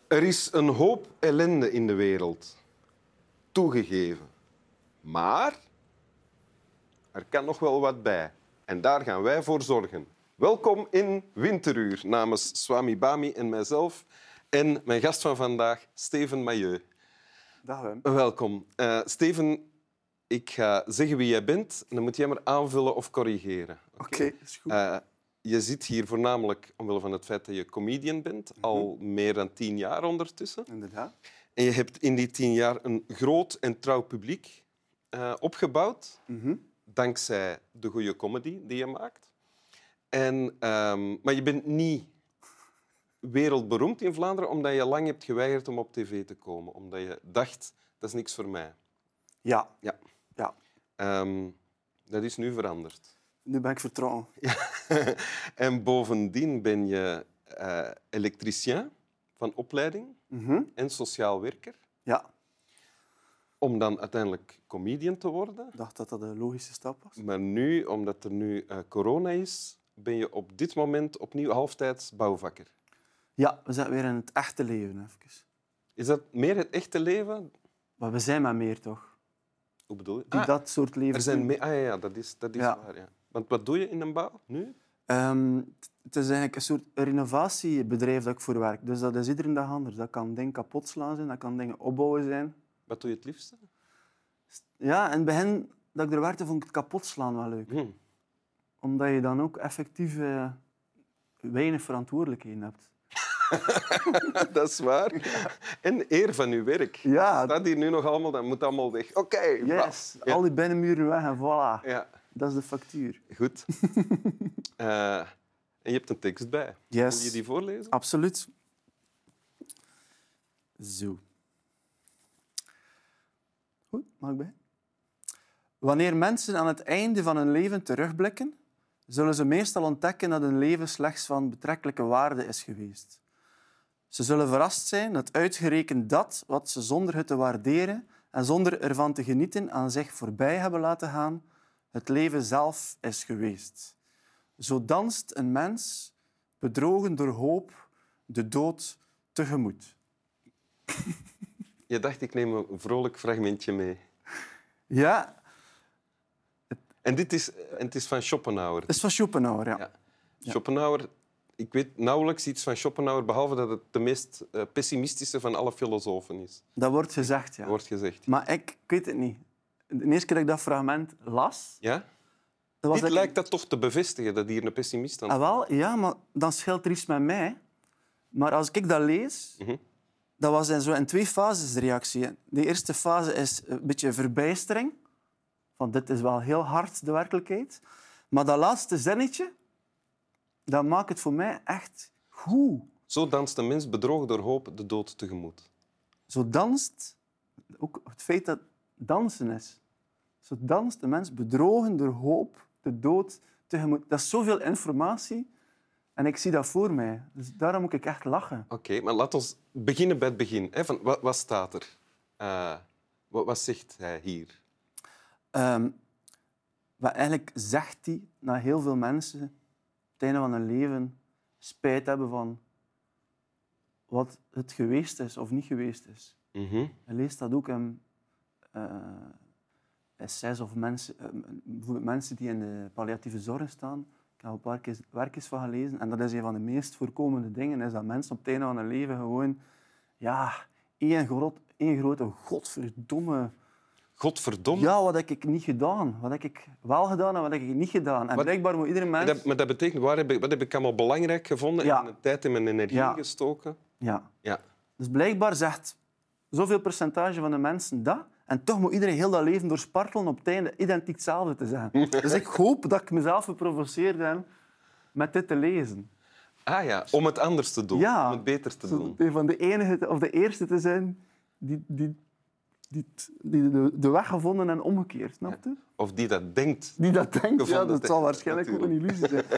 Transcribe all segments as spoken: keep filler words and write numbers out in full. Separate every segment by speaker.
Speaker 1: Er is een hoop ellende in de wereld. Toegegeven. Maar er kan nog wel wat bij. En daar gaan wij voor zorgen. Welkom in Winteruur namens Swami Bami en mijzelf. En mijn gast van vandaag, Steven Mailleu.
Speaker 2: Dag Wim.
Speaker 1: Welkom. Uh, Steven, ik ga zeggen wie jij bent en dan moet jij maar aanvullen of corrigeren.
Speaker 2: Oké, okay? okay, is goed. Uh,
Speaker 1: je zit hier voornamelijk omwille van het feit dat je comedian bent, mm-hmm. al meer dan tien jaar ondertussen.
Speaker 2: Inderdaad.
Speaker 1: En je hebt in die tien jaar een groot en trouw publiek uh, opgebouwd, mm-hmm. dankzij de goede comedy die je maakt. En, um, maar je bent niet wereldberoemd in Vlaanderen omdat je lang hebt geweigerd om op tv te komen. Omdat je dacht, dat is niks voor mij.
Speaker 2: Ja.
Speaker 1: ja.
Speaker 2: ja.
Speaker 1: Um, dat is nu veranderd.
Speaker 2: Nu ben ik vertrouwen. Ja.
Speaker 1: En bovendien ben je uh, elektricien van opleiding mm-hmm. en sociaal werker.
Speaker 2: Ja.
Speaker 1: Om dan uiteindelijk comedian te worden.
Speaker 2: Ik dacht dat dat een logische stap was.
Speaker 1: Maar nu, omdat er nu uh, corona is, ben je op dit moment opnieuw halftijds bouwvakker.
Speaker 2: Ja, we zijn weer in het echte leven. Even.
Speaker 1: Is dat meer het echte leven?
Speaker 2: Maar we zijn maar meer, toch?
Speaker 1: Hoe bedoel je?
Speaker 2: Die
Speaker 1: ah,
Speaker 2: dat soort leven...
Speaker 1: Er zijn me- ah, ja, ja, dat is, dat is ja. waar. Ja. Want wat doe je in een bouw nu?
Speaker 2: Um, het is eigenlijk een soort renovatiebedrijf dat ik voor werk. Dus dat is iedere dag anders. Dat kan dingen kapot slaan zijn, dat kan dingen opbouwen zijn.
Speaker 1: Wat doe je het liefste?
Speaker 2: Ja, in het begin dat ik er werkte, vond ik het kapot slaan wel leuk. Hmm. Omdat je dan ook effectief uh, weinig verantwoordelijkheden hebt.
Speaker 1: Dat is waar. Ja. En eer van je werk.
Speaker 2: Ja.
Speaker 1: Staat hier nu nog allemaal, dat moet allemaal weg. Oké. Okay,
Speaker 2: yes. Ja. Al die binnenmuren weg en voilà.
Speaker 1: Ja.
Speaker 2: Dat is de factuur.
Speaker 1: Goed. uh, en je hebt een tekst bij.
Speaker 2: Yes.
Speaker 1: Wil je die voorlezen?
Speaker 2: Absoluut. Zo. Goed, mag ik bij? Wanneer mensen aan het einde van hun leven terugblikken, zullen ze meestal ontdekken dat hun leven slechts van betrekkelijke waarde is geweest. Ze zullen verrast zijn dat uitgerekend dat wat ze zonder het te waarderen en zonder ervan te genieten aan zich voorbij hebben laten gaan, het leven zelf is geweest. Zo danst een mens, bedrogen door hoop, de dood tegemoet.
Speaker 1: Je dacht, ik neem een vrolijk fragmentje mee.
Speaker 2: Ja.
Speaker 1: En dit is, en het is van Schopenhauer.
Speaker 2: Het is van Schopenhauer, ja. ja.
Speaker 1: Schopenhauer, ik weet nauwelijks iets van Schopenhauer, behalve dat het de meest uh, pessimistische van alle filosofen is.
Speaker 2: Dat wordt gezegd, ja.
Speaker 1: Dat wordt gezegd.
Speaker 2: Maar ik, ik weet het niet. De eerste keer dat ik dat fragment las...
Speaker 1: Ja?
Speaker 2: Dat was
Speaker 1: Dit
Speaker 2: ik...
Speaker 1: lijkt dat toch te bevestigen, dat hier een pessimist aan
Speaker 2: ah, wel, ja, maar dan scheelt er iets met mij. Maar als ik dat lees... Mm-hmm. Dat was in, zo in twee fases de reactie. De eerste fase is een beetje verbijstering. Van dit is wel heel hard, de werkelijkheid. Maar dat laatste zinnetje, dat maakt het voor mij echt goed.
Speaker 1: Zo danst een mens bedrogen door hoop de dood tegemoet.
Speaker 2: Zo danst... Ook het feit dat dansen is. Zo danst een mens bedrogen door hoop de dood tegemoet. Dat is zoveel informatie. En ik zie dat voor mij. Dus daarom moet ik echt lachen.
Speaker 1: Oké, okay, maar laten we beginnen bij het begin. Hè? Van, wat, wat staat er? Uh, wat, wat zegt hij hier?
Speaker 2: Um, wat eigenlijk zegt hij dat heel veel mensen op het einde van hun leven spijt hebben van wat het geweest is of niet geweest is.
Speaker 1: Mm-hmm.
Speaker 2: Je leest dat ook in uh, essays of mensen, uh, bijvoorbeeld mensen die in de palliatieve zorg staan. Ik heb een paar werkjes van gelezen. En dat is een van de meest voorkomende dingen. Is dat mensen op het einde van hun leven gewoon... Ja, één, groot, één grote godverdomme...
Speaker 1: Godverdomme?
Speaker 2: Ja, wat heb ik niet gedaan? Wat heb ik wel gedaan en wat heb ik niet gedaan? En wat, blijkbaar moet iedere mens...
Speaker 1: Dat, maar dat betekent, waar heb ik, wat heb ik allemaal belangrijk gevonden ja. en mijn tijd en mijn energie
Speaker 2: ja.
Speaker 1: gestoken?
Speaker 2: Ja.
Speaker 1: ja.
Speaker 2: Dus blijkbaar zegt zoveel percentage van de mensen dat. En toch moet iedereen heel dat leven doorspartelen op het einde identiek hetzelfde te zeggen. Dus ik hoop dat ik mezelf geprovoceerd heb met dit te lezen.
Speaker 1: Ah ja, om het anders te doen,
Speaker 2: ja,
Speaker 1: om het beter te doen.
Speaker 2: Van de enige of de eerste te zijn die, die, die, die de, de weg gevonden en omgekeerd, snap je?
Speaker 1: Ja. Of die dat denkt.
Speaker 2: Die dat denkt, ja, dat zal waarschijnlijk ook een illusie zijn.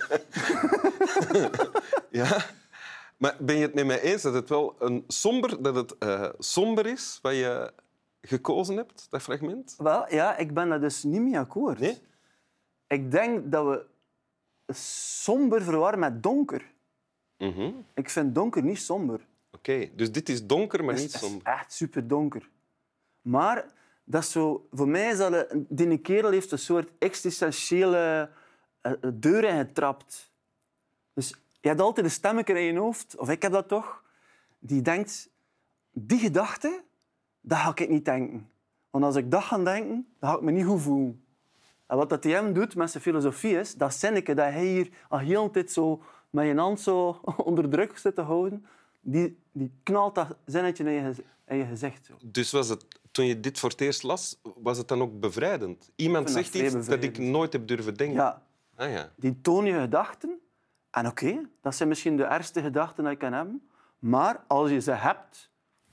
Speaker 1: Ja, maar ben je het met mij eens dat het wel een somber, dat het uh, somber is wat je gekozen hebt, dat fragment?
Speaker 2: Wel, ja, ik ben daar dus niet mee akkoord.
Speaker 1: Nee?
Speaker 2: Ik denk dat we somber verwarren met donker.
Speaker 1: Mm-hmm.
Speaker 2: Ik vind donker niet somber.
Speaker 1: Oké, okay. Dus dit is donker, maar
Speaker 2: Dus
Speaker 1: niet
Speaker 2: het is
Speaker 1: somber.
Speaker 2: echt super donker. Maar dat is zo, voor mij is dat een, die kerel heeft een soort existentiële uh, deur ingetrapt. Dus je hebt altijd een stemmetje in je hoofd, of ik heb dat toch, die denkt, die gedachte, dat ga ik niet denken. Want als ik dat ga denken, dan ga ik me niet goed voelen. En wat dat hij hem doet met zijn filosofie is, dat zinnetje dat hij hier al heel de tijd zo met je hand zo onder druk zit te houden, die, die knalt dat zinnetje in je, in je gezicht. Zo.
Speaker 1: Dus was het, toen je dit voor het eerst las, was het dan ook bevrijdend? Iemand zegt iets dat ik nooit heb durven denken.
Speaker 2: Ja.
Speaker 1: Ah, ja.
Speaker 2: Die toon je gedachten. En oké, okay, dat zijn misschien de ergste gedachten die je kan hebben. Maar als je ze hebt...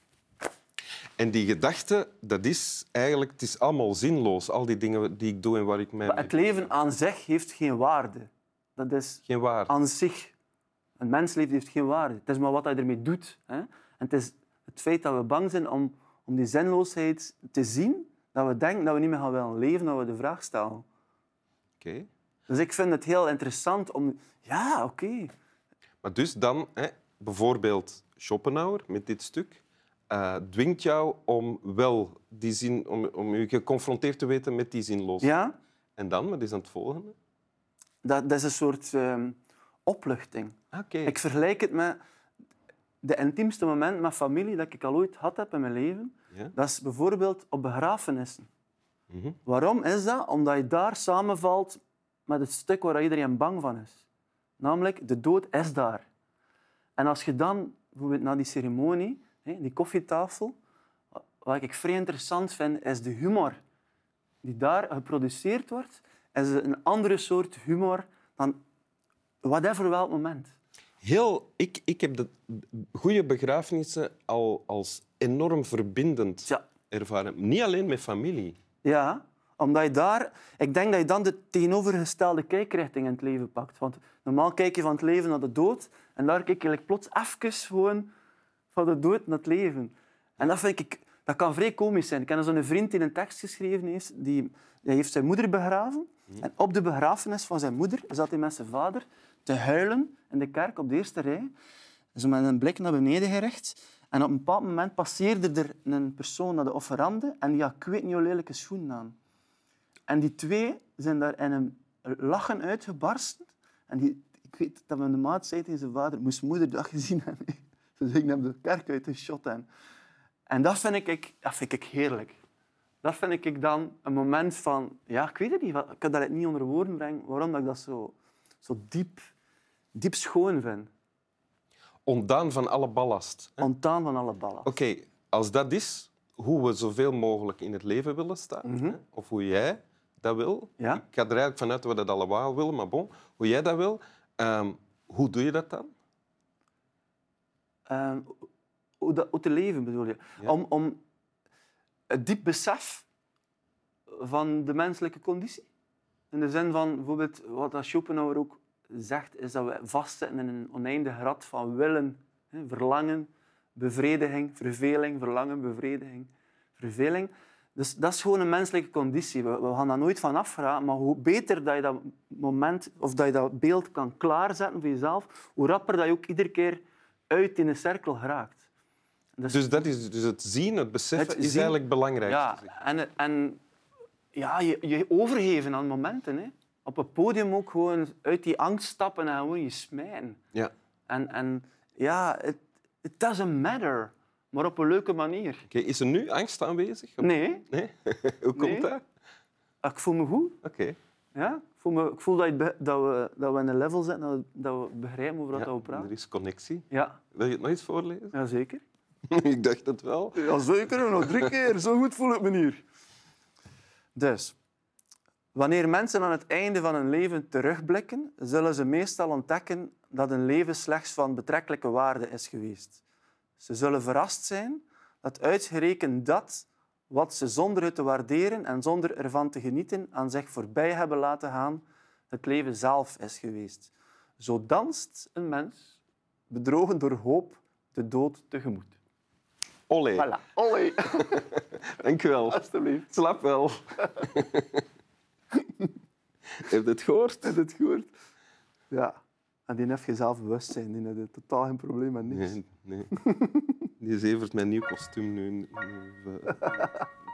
Speaker 1: En die gedachte, dat is eigenlijk... Het is allemaal zinloos, al die dingen die ik doe en waar ik mij...
Speaker 2: Maar het leven aan zich heeft geen waarde. Dat is
Speaker 1: geen waarde.
Speaker 2: Aan zich. Een mensleven heeft geen waarde. Het is maar wat je ermee doet. Hè? En het is het feit dat we bang zijn om, om die zinloosheid te zien, dat we denken dat we niet meer gaan willen leven, dat we de vraag stellen.
Speaker 1: Oké. Okay.
Speaker 2: Dus ik vind het heel interessant om... Ja, oké. Okay.
Speaker 1: Maar dus dan, hè, bijvoorbeeld Schopenhauer met dit stuk, uh, dwingt jou om wel die zin, om, om je geconfronteerd te weten met die zinloosheid.
Speaker 2: Ja.
Speaker 1: En dan, wat is dan het volgende?
Speaker 2: Dat, dat is een soort uh, opluchting.
Speaker 1: Okay.
Speaker 2: Ik vergelijk het met de intiemste moment met familie dat ik al ooit had heb in mijn leven.
Speaker 1: Ja?
Speaker 2: Dat is bijvoorbeeld op begrafenissen.
Speaker 1: Mm-hmm.
Speaker 2: Waarom is dat? Omdat je daar samenvalt met het stuk waar iedereen bang van is. Namelijk, de dood is daar. En als je dan, bijvoorbeeld na die ceremonie, die koffietafel, wat ik vrij interessant vind, is de humor die daar geproduceerd wordt, is een andere soort humor dan whatever welk moment.
Speaker 1: Heel, ik, ik heb de goede begrafenissen al als enorm verbindend
Speaker 2: ja.
Speaker 1: ervaren. Niet alleen met familie.
Speaker 2: Ja, omdat je daar... Ik denk dat je dan de tegenovergestelde kijkrichting in het leven pakt. Want normaal kijk je van het leven naar de dood en daar kijk je plots even gewoon van de dood naar het leven. En dat vind ik... Dat kan vrij komisch zijn. Ik heb zo'n vriend die een tekst geschreven heeft. Die, die heeft zijn moeder begraven. Mm. En op de begrafenis van zijn moeder zat hij met zijn vader te huilen in de kerk op de eerste rij. Zo met een blik naar beneden gericht. En op een bepaald moment passeerde er een persoon naar de offerande en die had ik weet niet hoe lelijke schoenen aan. En die twee zijn daar in een lachen uitgebarsten. En die, ik weet dat mijn maat zei tegen zijn vader, moest moeder dat gezien hebben. Ze gingen hem de kerk uitgeschot. En, en dat vind ik, dat vind ik heerlijk. Dat vind ik dan een moment van... Ja, ik weet het niet. Ik kan dat niet onder woorden brengen waarom dat ik dat zo, zo diep, diep schoon vind.
Speaker 1: Ontdaan van alle ballast.
Speaker 2: Hè? Ontdaan van alle ballast.
Speaker 1: Oké, okay, als dat is hoe we zoveel mogelijk in het leven willen staan, mm-hmm. hè? Of hoe jij dat wil.
Speaker 2: Ja?
Speaker 1: Ik ga er eigenlijk vanuit dat we dat allemaal willen, maar bon, hoe jij dat wil, um, hoe doe je dat dan?
Speaker 2: Um, hoe, dat, hoe te leven bedoel je? Ja. Om, om het diep besef van de menselijke conditie. In de zin van, bijvoorbeeld, wat Schopenhauer ook zegt, is dat we vastzitten in een oneindig rad van willen, hè, verlangen, bevrediging, verveling, verlangen, bevrediging, verveling. Dus dat is gewoon een menselijke conditie. We, we gaan daar nooit van afgeraken, maar hoe beter dat je dat moment of dat je dat beeld kan klaarzetten voor jezelf, hoe rapper dat je ook iedere keer uit in de cirkel geraakt.
Speaker 1: Dus, dus, dat is, dus het zien, het beseffen, het is zien, eigenlijk belangrijk.
Speaker 2: Ja, en, en ja, je, je overgeven aan momenten. Hè. Op het podium ook gewoon uit die angst stappen en gewoon je smijten.
Speaker 1: Ja.
Speaker 2: En, en ja, it, it doesn't matter, maar op een leuke manier.
Speaker 1: Okay, is er nu angst aanwezig?
Speaker 2: Nee.
Speaker 1: nee? Hoe komt
Speaker 2: nee.
Speaker 1: dat?
Speaker 2: Ik voel me goed.
Speaker 1: Oké. Okay.
Speaker 2: Ja, ik voel, me, ik voel dat, je, dat, we, dat we in een level zitten, dat we, dat we begrijpen over wat
Speaker 1: ja,
Speaker 2: we praten.
Speaker 1: Er is connectie.
Speaker 2: Ja.
Speaker 1: Wil je het nog eens voorlezen?
Speaker 2: Jazeker.
Speaker 1: Ik dacht het wel.
Speaker 2: Ja, zeker. Nog drie keer. Zo goed voel ik me hier. Dus, wanneer mensen aan het einde van hun leven terugblikken, zullen ze meestal ontdekken dat hun leven slechts van betrekkelijke waarde is geweest. Ze zullen verrast zijn dat uitgerekend dat wat ze zonder het te waarderen en zonder ervan te genieten aan zich voorbij hebben laten gaan, het leven zelf is geweest. Zo danst een mens, bedrogen door hoop, de dood tegemoet.
Speaker 1: Olé.
Speaker 2: Voilà. Olé.
Speaker 1: Dank je wel.
Speaker 2: Alsjeblieft.
Speaker 1: Slap wel. Heb je het gehoord?
Speaker 2: Heb je het gehoord? Ja. En die heeft geen zelfbewustzijn. Die heeft totaal geen probleem met niks.
Speaker 1: Nee, nee. Die zevert mijn nieuw kostuum nu. nu